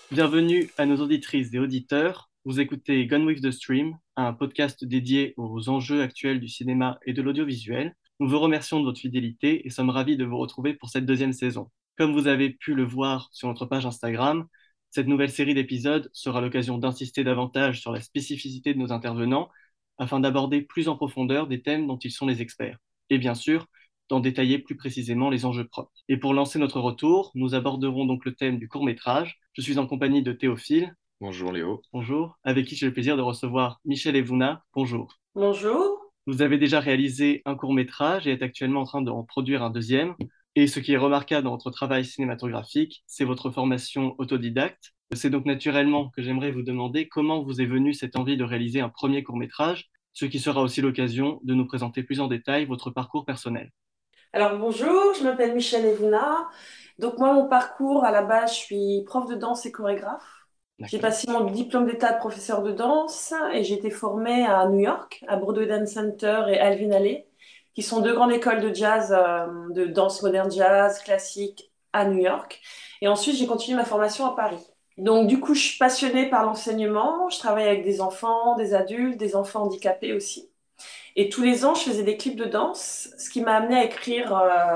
Bienvenue à nos auditrices et auditeurs. Vous écoutez Gone with the Stream, un podcast dédié aux enjeux actuels du cinéma et de l'audiovisuel. Nous vous remercions de votre fidélité et sommes ravis de vous retrouver pour cette deuxième saison. Comme vous avez pu le voir sur notre page Instagram, cette nouvelle série d'épisodes sera l'occasion d'insister davantage sur la spécificité de nos intervenants afin d'aborder plus en profondeur des thèmes dont ils sont les experts. Et bien sûr, d'en détailler plus précisément les enjeux propres. Et pour lancer notre retour, nous aborderons donc le thème du court-métrage. Je suis en compagnie de Théophile. Bonjour Léo. Bonjour. Avec qui j'ai le plaisir de recevoir Michel Evouna. Bonjour. Bonjour. Vous avez déjà réalisé un court-métrage et êtes actuellement en train d'en produire un deuxième. Et ce qui est remarquable dans votre travail cinématographique, c'est votre formation autodidacte. C'est donc naturellement que j'aimerais vous demander comment vous est venue cette envie de réaliser un premier court-métrage, ce qui sera aussi l'occasion de nous présenter plus en détail votre parcours personnel. Alors bonjour, je m'appelle Michel Evuna. Donc moi, mon parcours, à la base, je suis prof de danse et chorégraphe. J'ai D'accord. passé mon diplôme d'état de professeur de danse et j'ai été formée à New York, à Broadway Dance Center et Alvin Ailey, qui sont deux grandes écoles de jazz, de danse moderne jazz, classique à New York. Et ensuite, j'ai continué ma formation à Paris. Donc du coup, je suis passionnée par l'enseignement. Je travaille avec des enfants, des adultes, des enfants handicapés aussi. Et tous les ans, je faisais des clips de danse, ce qui m'a amené à écrire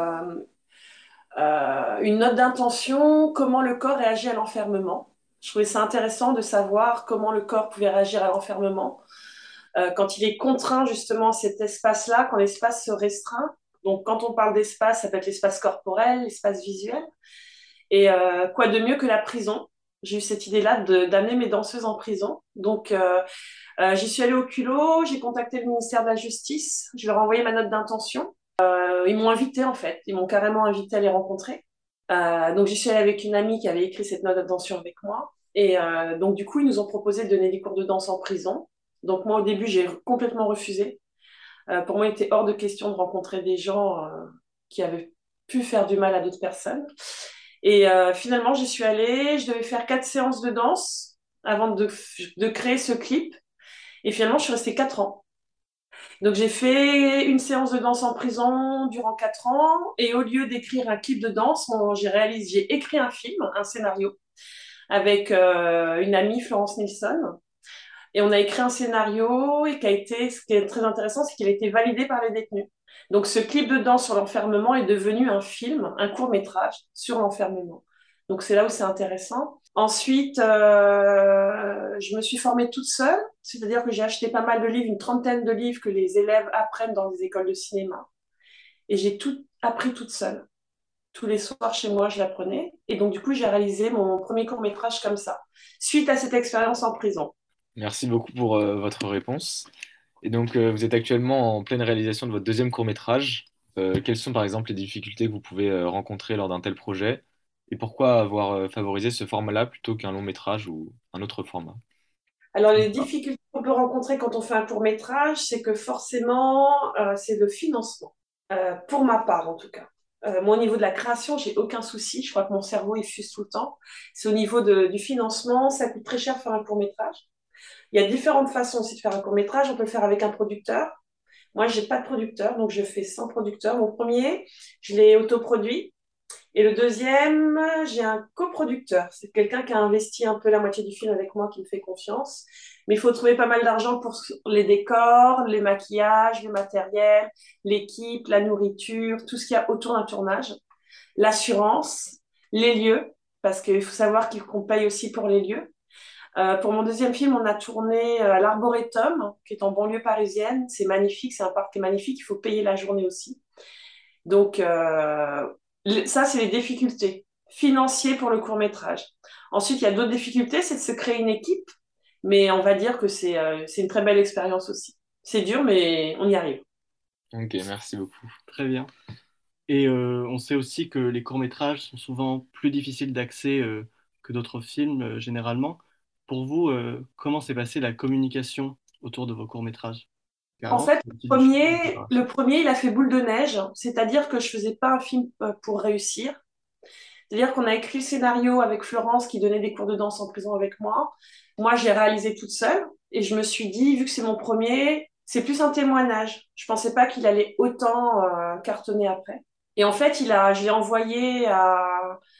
une note d'intention, comment le corps réagit à l'enfermement. Je trouvais ça intéressant de savoir comment le corps pouvait réagir à l'enfermement quand il est contraint justement à cet espace-là, quand l'espace se restreint. Donc quand on parle d'espace, ça peut être l'espace corporel, l'espace visuel. Et quoi de mieux que la prison? J'ai eu cette idée-là d'amener mes danseuses en prison. Donc j'y suis allée au culot, j'ai contacté le ministère de la Justice, je leur ai envoyé ma note d'intention. Ils m'ont invité en fait, ils m'ont carrément invité à les rencontrer. Donc j'y suis allée avec une amie qui avait écrit cette note d'intention avec moi. Et donc du coup, ils nous ont proposé de donner des cours de danse en prison. Donc moi au début, j'ai complètement refusé. Pour moi, il était hors de question de rencontrer des gens qui avaient pu faire du mal à d'autres personnes. Et finalement, j'y suis allée, je devais faire 4 séances de danse avant de créer ce clip. Et finalement, je suis restée 4 ans. Donc, j'ai fait une séance de danse en prison durant 4 ans. Et au lieu d'écrire un clip de danse, j'ai écrit un film, un scénario, avec une amie, Florence Nilsson. Et on a écrit un scénario et ce qui est très intéressant, c'est qu'il a été validé par les détenus. Donc, ce clip de danse sur l'enfermement est devenu un film, un court-métrage sur l'enfermement. Donc, c'est là où c'est intéressant. Ensuite, je me suis formée toute seule, c'est-à-dire que j'ai acheté pas mal de livres, une trentaine de livres que les élèves apprennent dans les écoles de cinéma. Et j'ai tout appris toute seule. Tous les soirs chez moi, je l'apprenais. Et donc, du coup, j'ai réalisé mon premier court-métrage comme ça, suite à cette expérience en prison. Merci beaucoup pour votre réponse. Et donc, vous êtes actuellement en pleine réalisation de votre deuxième court-métrage. Quelles sont par exemple les difficultés que vous pouvez rencontrer lors d'un tel projet? Et pourquoi avoir favorisé ce format-là plutôt qu'un long-métrage ou un autre format? Alors, les difficultés qu'on peut rencontrer quand on fait un court métrage, c'est que forcément, c'est le financement, pour ma part en tout cas. Moi, au niveau de la création, j'ai aucun souci. Je crois que mon cerveau, il fuse tout le temps. C'est au niveau du financement, ça coûte très cher de faire un court métrage. Il y a différentes façons aussi de faire un court métrage. On peut le faire avec un producteur. Moi, j'ai pas de producteur, donc je fais sans producteur. Mon premier, je l'ai autoproduit. Et le deuxième, j'ai un coproducteur. C'est quelqu'un qui a investi un peu la moitié du film avec moi, qui me fait confiance. Mais il faut trouver pas mal d'argent pour les décors, les maquillages, le matériel, l'équipe, la nourriture, tout ce qu'il y a autour d'un tournage. L'assurance, les lieux, parce qu'il faut savoir qu'on paye aussi pour les lieux. Pour mon deuxième film, on a tourné à l'Arboretum, qui est en banlieue parisienne. C'est magnifique, c'est un parc qui est magnifique. Il faut payer la journée aussi. Donc, ça, c'est les difficultés financières pour le court métrage. Ensuite, il y a d'autres difficultés, c'est de se créer une équipe, mais on va dire que c'est une très belle expérience aussi. C'est dur, mais on y arrive. Ok, merci beaucoup. Très bien. Et on sait aussi que les courts-métrages sont souvent plus difficiles d'accès que d'autres films généralement. Pour vous, comment s'est passée la communication autour de vos courts-métrages? En Car fait, c'est aussi du chemin de préparation. le premier, il a fait boule de neige, c'est-à-dire que je faisais pas un film pour réussir. C'est-à-dire qu'on a écrit le scénario avec Florence qui donnait des cours de danse en prison avec moi. Moi, j'ai réalisé toute seule et je me suis dit, vu que c'est mon premier, c'est plus un témoignage. Je pensais pas qu'il allait autant cartonner après. Et en fait, je l'ai envoyé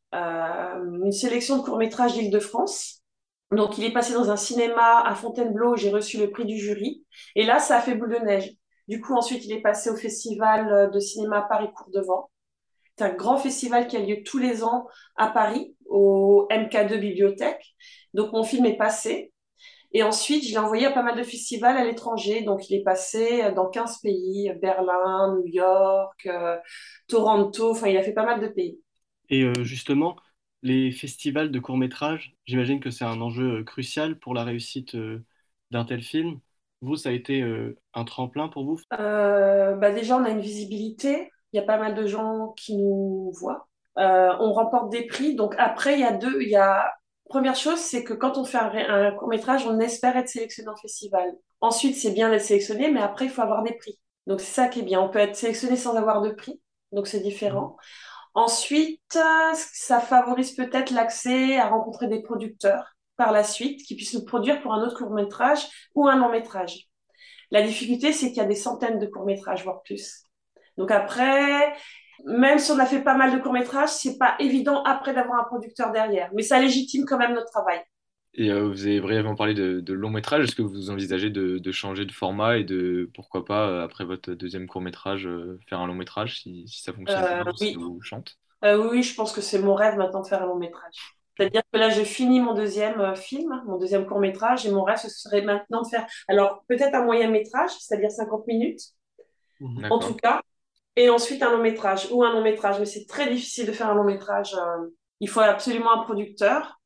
une sélection de courts-métrages d'Île-de-France. Donc, il est passé dans un cinéma à Fontainebleau où j'ai reçu le prix du jury. Et là, ça a fait boule de neige. Du coup, ensuite, il est passé au festival de cinéma Paris-Courtevent. C'est un grand festival qui a lieu tous les ans à Paris, au MK2 Bibliothèque. Donc, mon film est passé. Et ensuite, je l'ai envoyé à pas mal de festivals à l'étranger. Donc, il est passé dans 15 pays, Berlin, New York, Toronto. Enfin, il a fait pas mal de pays. Et justement, les festivals de courts-métrages, j'imagine que c'est un enjeu crucial pour la réussite d'un tel film. Vous, ça a été un tremplin pour vous? Bah déjà, on a une visibilité. Il y a pas mal de gens qui nous voient. On remporte des prix. Donc après, il y a deux. Il y a première chose, c'est que quand on fait un court-métrage, on espère être sélectionné en festival. Ensuite, c'est bien d'être sélectionné, mais après, il faut avoir des prix. Donc c'est ça qui est bien. On peut être sélectionné sans avoir de prix. Donc c'est Mhm. différent. Ensuite, ça favorise peut-être l'accès à rencontrer des producteurs par la suite qui puissent nous produire pour un autre court-métrage ou un long-métrage. La difficulté, c'est qu'il y a des centaines de courts-métrages, voire plus. Donc après, même si on a fait pas mal de courts-métrages, c'est pas évident après d'avoir un producteur derrière. Mais ça légitime quand même notre travail. Et vous avez brièvement parlé de long métrage. Est-ce que vous envisagez de changer de format et de, pourquoi pas, après votre deuxième court métrage, faire un long métrage si ça fonctionne bien ou si ça Oui. vous chante? Oui, je pense que c'est mon rêve maintenant de faire un long-métrage. C'est-à-dire que là, je finis mon deuxième film, mon deuxième court-métrage, et mon rêve, ce serait maintenant de faire, alors peut-être un moyen-métrage, c'est-à-dire 50 minutes, Mhm. en tout D'accord. cas, et ensuite un long-métrage ou un long-métrage. Mais c'est très difficile de faire un long-métrage. Il faut absolument un producteur.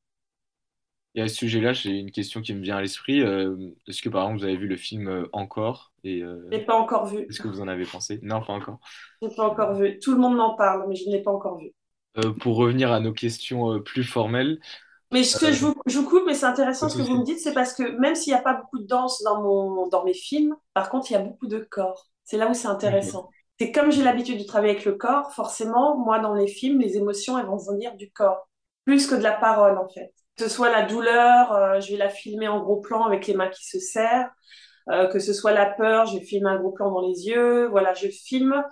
Et à ce sujet-là, j'ai une question qui me vient à l'esprit. Est-ce que par exemple vous avez vu le film Encore et Je l'ai pas encore vu. qu'est-ce que vous en avez pensé? Non, pas encore. Je l'ai pas encore vu. Tout le monde m'en parle, mais je ne l'ai pas encore vu. Pour revenir à nos questions plus formelles, Mais ce que je vous coupe, mais c'est pas intéressant de ce que vous me souci. dites, c'est parce que même s'il n'y a pas beaucoup de danse dans mes films, par contre, il y a beaucoup de corps. C'est là où c'est Ok. intéressant. C'est comme j'ai l'habitude de travailler avec le corps, forcément, moi, dans les films, les émotions, elles vont venir du corps, plus que de la parole, en fait. Que ce soit la douleur, je vais la filmer en gros plan avec les mains qui se serrent. Que ce soit la peur, je filme un gros plan dans les yeux. Voilà, je filme.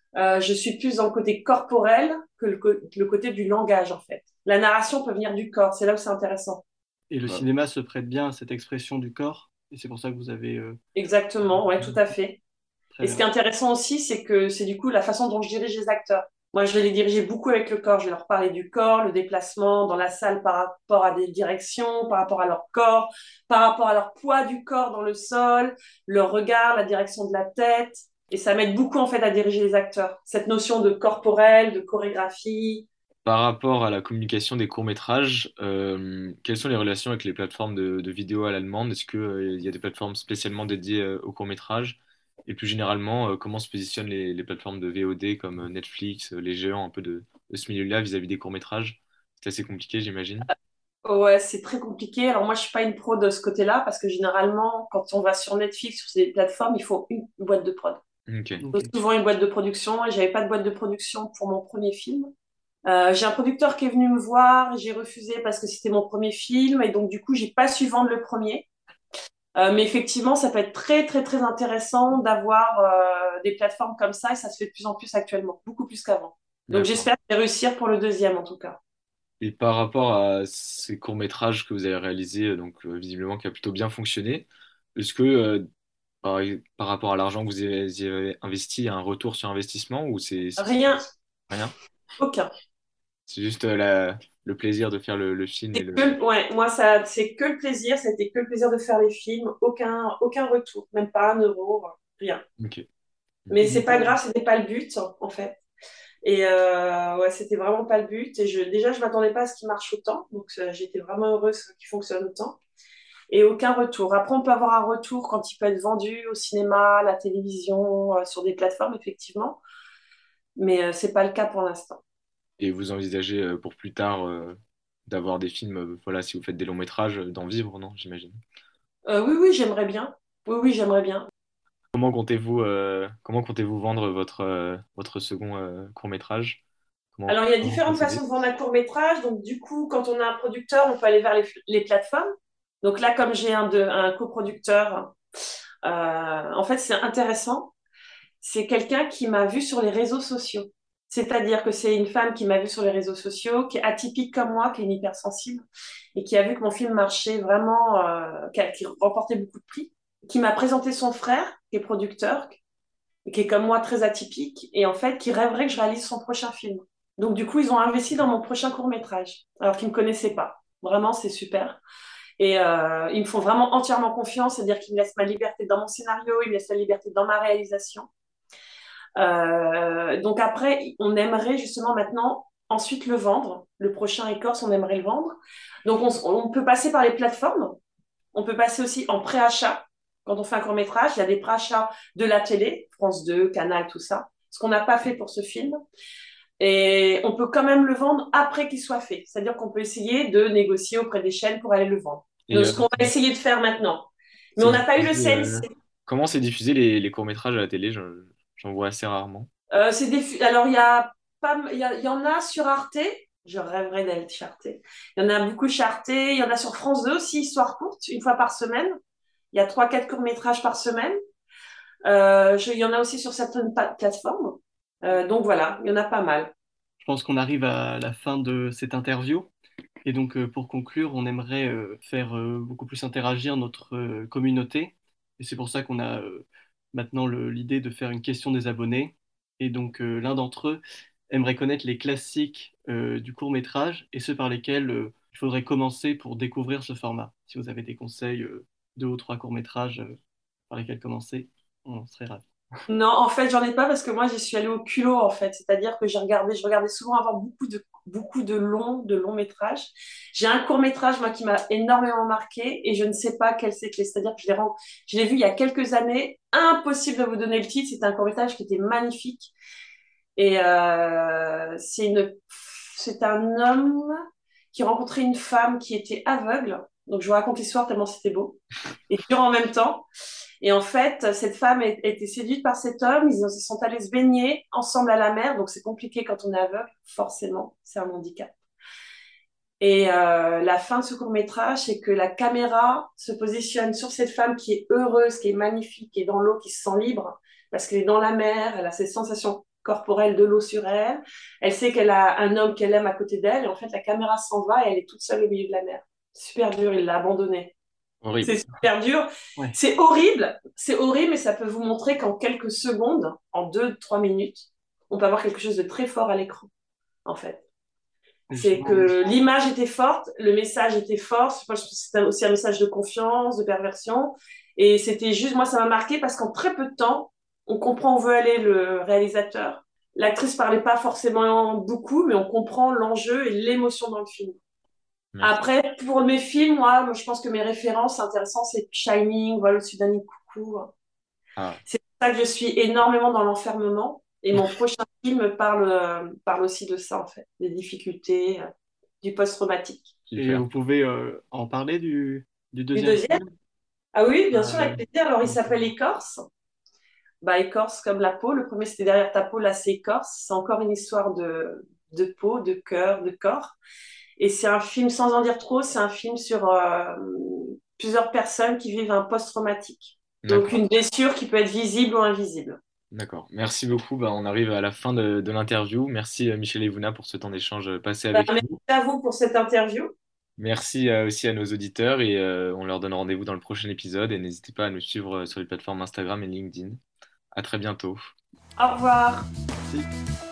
Je suis plus dans le côté corporel que le côté du langage, en fait. La narration peut venir du corps, c'est là où c'est intéressant. Et le Ouais. cinéma se prête bien à cette expression du corps, et c'est pour ça que vous avez... Exactement, ouais, tout à fait. Très Et ce qui est bien. intéressant aussi, c'est que c'est du coup la façon dont je dirige les acteurs. Moi, je vais les diriger beaucoup avec le corps. Je vais leur parler du corps, le déplacement dans la salle par rapport à des directions, par rapport à leur corps, par rapport à leur poids du corps dans le sol, leur regard, la direction de la tête. Et ça m'aide beaucoup en fait à diriger les acteurs. Cette notion de corporel, de chorégraphie. Par rapport à la communication des courts-métrages, quelles sont les relations avec les plateformes de vidéo à la demande? Est-ce qu'il y a des plateformes spécialement dédiées aux courts-métrages? Et plus généralement, comment se positionnent les plateformes de VOD comme Netflix, les géants un peu de ce milieu-là vis-à-vis des courts-métrages? C'est assez compliqué, j'imagine. Ouais, c'est très compliqué. Alors moi, je suis pas une pro de ce côté-là parce que généralement, quand on va sur Netflix, sur ces plateformes, il faut une boîte de prod. Ok. Il faut Ok. souvent une boîte de production et j'avais pas de boîte de production pour mon premier film. J'ai un producteur qui est venu me voir, j'ai refusé parce que c'était mon premier film et donc du coup, j'ai pas su vendre le premier. Mais effectivement, ça peut être très très très intéressant d'avoir des plateformes comme ça et ça se fait de plus en plus actuellement, beaucoup plus qu'avant. Donc D'accord. j'espère réussir pour le deuxième en tout cas. Et par rapport à ces courts-métrages que vous avez réalisés, donc visiblement qui a plutôt bien fonctionné, est-ce que par, par rapport à l'argent que y avez investi, il y a un retour sur investissement ou Rien, rien? aucun. C'est juste le plaisir de faire le film et le... Ouais, moi, ça, c'est que le plaisir. Ça a été que le plaisir de faire les films. Aucun retour, même pas un euro, rien. Ok. Mais Ok. c'est pas grave, c'était pas le but, en fait. Et ouais, c'était vraiment pas le but. Et déjà, je m'attendais pas à ce qu'il marche autant. Donc, j'étais vraiment heureuse qu'il fonctionne autant. Et aucun retour. Après, on peut avoir un retour quand il peut être vendu au cinéma, à la télévision, sur des plateformes, effectivement. Mais c'est pas le cas pour l'instant. Et vous envisagez pour plus tard d'avoir des films, voilà, si vous faites des longs métrages, d'en vivre, non, j'imagine. Oui, oui, j'aimerais bien. Oui, oui, j'aimerais bien. Comment comptez-vous vendre votre second court métrage? Alors, il y a Comment vous différentes procédez? façons de vendre un court-métrage. Donc, du coup, quand on a un producteur, on peut aller vers les plateformes. Donc là, comme j'ai un coproducteur, en fait, c'est intéressant. C'est quelqu'un qui m'a vu sur les réseaux sociaux. C'est-à-dire que c'est une femme qui m'a vue sur les réseaux sociaux, qui est atypique comme moi, qui est une hypersensible, et qui a vu que mon film marchait vraiment, qui remportait beaucoup de prix, qui m'a présenté son frère, qui est producteur, et qui est comme moi très atypique, et en fait qui rêverait que je réalise son prochain film. Donc du coup, ils ont investi dans mon prochain court-métrage, alors qu'ils ne me connaissaient pas. Vraiment, c'est super. Et ils me font vraiment entièrement confiance, c'est-à-dire qu'ils me laissent ma liberté dans mon scénario, ils me laissent la liberté dans ma réalisation. Donc après, on aimerait justement maintenant ensuite le vendre. Le prochain Écorce, on aimerait le vendre. Donc on peut passer par les plateformes. On peut passer aussi en préachat. Quand on fait un court-métrage, il y a des préachats de la télé, France 2, Canal, tout ça. Ce qu'on n'a pas fait pour ce film. Et on peut quand même le vendre après qu'il soit fait. C'est-à-dire qu'on peut essayer de négocier auprès des chaînes pour aller le vendre. Et Donc, ce qu'on va essayer de faire maintenant. Mais c'est on n'a pas eu le diffusé, CNC. comment c'est diffusé les courts-métrages à la télé? J'en vois assez rarement. Alors, il y a pas, il y en a sur Arte. Je rêverais d'aller chez Arte. Il y en a beaucoup chez Arte. Il y en a sur France 2 aussi, Histoire courte, une fois par semaine. Il y a 3-4 courts-métrages par semaine. Il y en a aussi sur certaines plateformes. Donc voilà, il y en a pas mal. Je pense qu'on arrive à la fin de cette interview. Et donc, pour conclure, on aimerait faire beaucoup plus interagir notre communauté. Et c'est pour ça qu'on a maintenant l'idée de faire une question des abonnés. Et donc, l'un d'entre eux aimerait connaître les classiques du court-métrage et ceux par lesquels il faudrait commencer pour découvrir ce format. Si vous avez des conseils, 2 ou 3 courts-métrages par lesquels commencer, on serait ravis. Non, en fait, j'en ai pas parce que moi, j'y suis allée au culot, en fait. C'est-à-dire que je regardais souvent avoir beaucoup de longs métrages. J'ai un court métrage, moi, qui m'a énormément marqué et je ne sais pas quel c'était. C'est-à-dire que je l'ai vu il y a quelques années. Impossible de vous donner le titre. C'était un court métrage qui était magnifique. Et c'est un homme qui rencontrait une femme qui était aveugle. Donc, je vous raconte l'histoire tellement c'était beau. Et dur en même temps. Et en fait, cette femme a été séduite par cet homme. Ils sont allés se baigner ensemble à la mer. Donc, c'est compliqué quand on est aveugle. Forcément, c'est un handicap. Et la fin de ce court-métrage, c'est que la caméra se positionne sur cette femme qui est heureuse, qui est magnifique, qui est dans l'eau, qui se sent libre, parce qu'elle est dans la mer, elle a ces sensations corporelles de l'eau sur elle. Elle sait qu'elle a un homme qu'elle aime à côté d'elle. Et en fait, la caméra s'en va et elle est toute seule au milieu de la mer. Super dur, il l'a abandonnée. Horrible. C'est super dur. Ouais. C'est horrible, mais ça peut vous montrer qu'en quelques secondes, en 2-3 minutes, on peut avoir quelque chose de très fort à l'écran, en fait. C'est que l'image était forte, le message était fort. Je pense que c'était aussi un message de confiance, de perversion. Et c'était juste, moi, ça m'a marqué parce qu'en très peu de temps, on comprend où veut aller le réalisateur. L'actrice parlait pas forcément beaucoup, mais on comprend l'enjeu et l'émotion dans le film. Merci. Après, pour mes films, moi, je pense que mes références intéressantes, c'est Shining, Voilà au-dessus d'un nid de coucou. Ah, C'est pour ça que je suis énormément dans l'enfermement. Et mon prochain film parle aussi de ça, en fait, des difficultés, du post-traumatique. Et super. vous pouvez en parler du Du deuxième deuxième? film? Ah oui, bien sûr, Euh, avec plaisir. Alors, il s'appelle Écorce. Bah, écorce comme la peau. Le premier, c'était derrière ta peau. Là, c'est écorce. C'est encore une histoire de peau, de cœur, de corps. Et c'est un film, sans en dire trop, c'est un film sur plusieurs personnes qui vivent un post-traumatique. Donc, D'accord. une blessure qui peut être visible ou invisible. D'accord. Merci beaucoup. Bah, on arrive à la fin de l'interview. Merci Michel Evouna pour ce temps d'échange passé Bah, avec merci nous. à vous pour cette interview. Merci aussi à nos auditeurs et on leur donne rendez-vous dans le prochain épisode et n'hésitez pas à nous suivre sur les plateformes Instagram et LinkedIn. À très bientôt. Au revoir. Merci.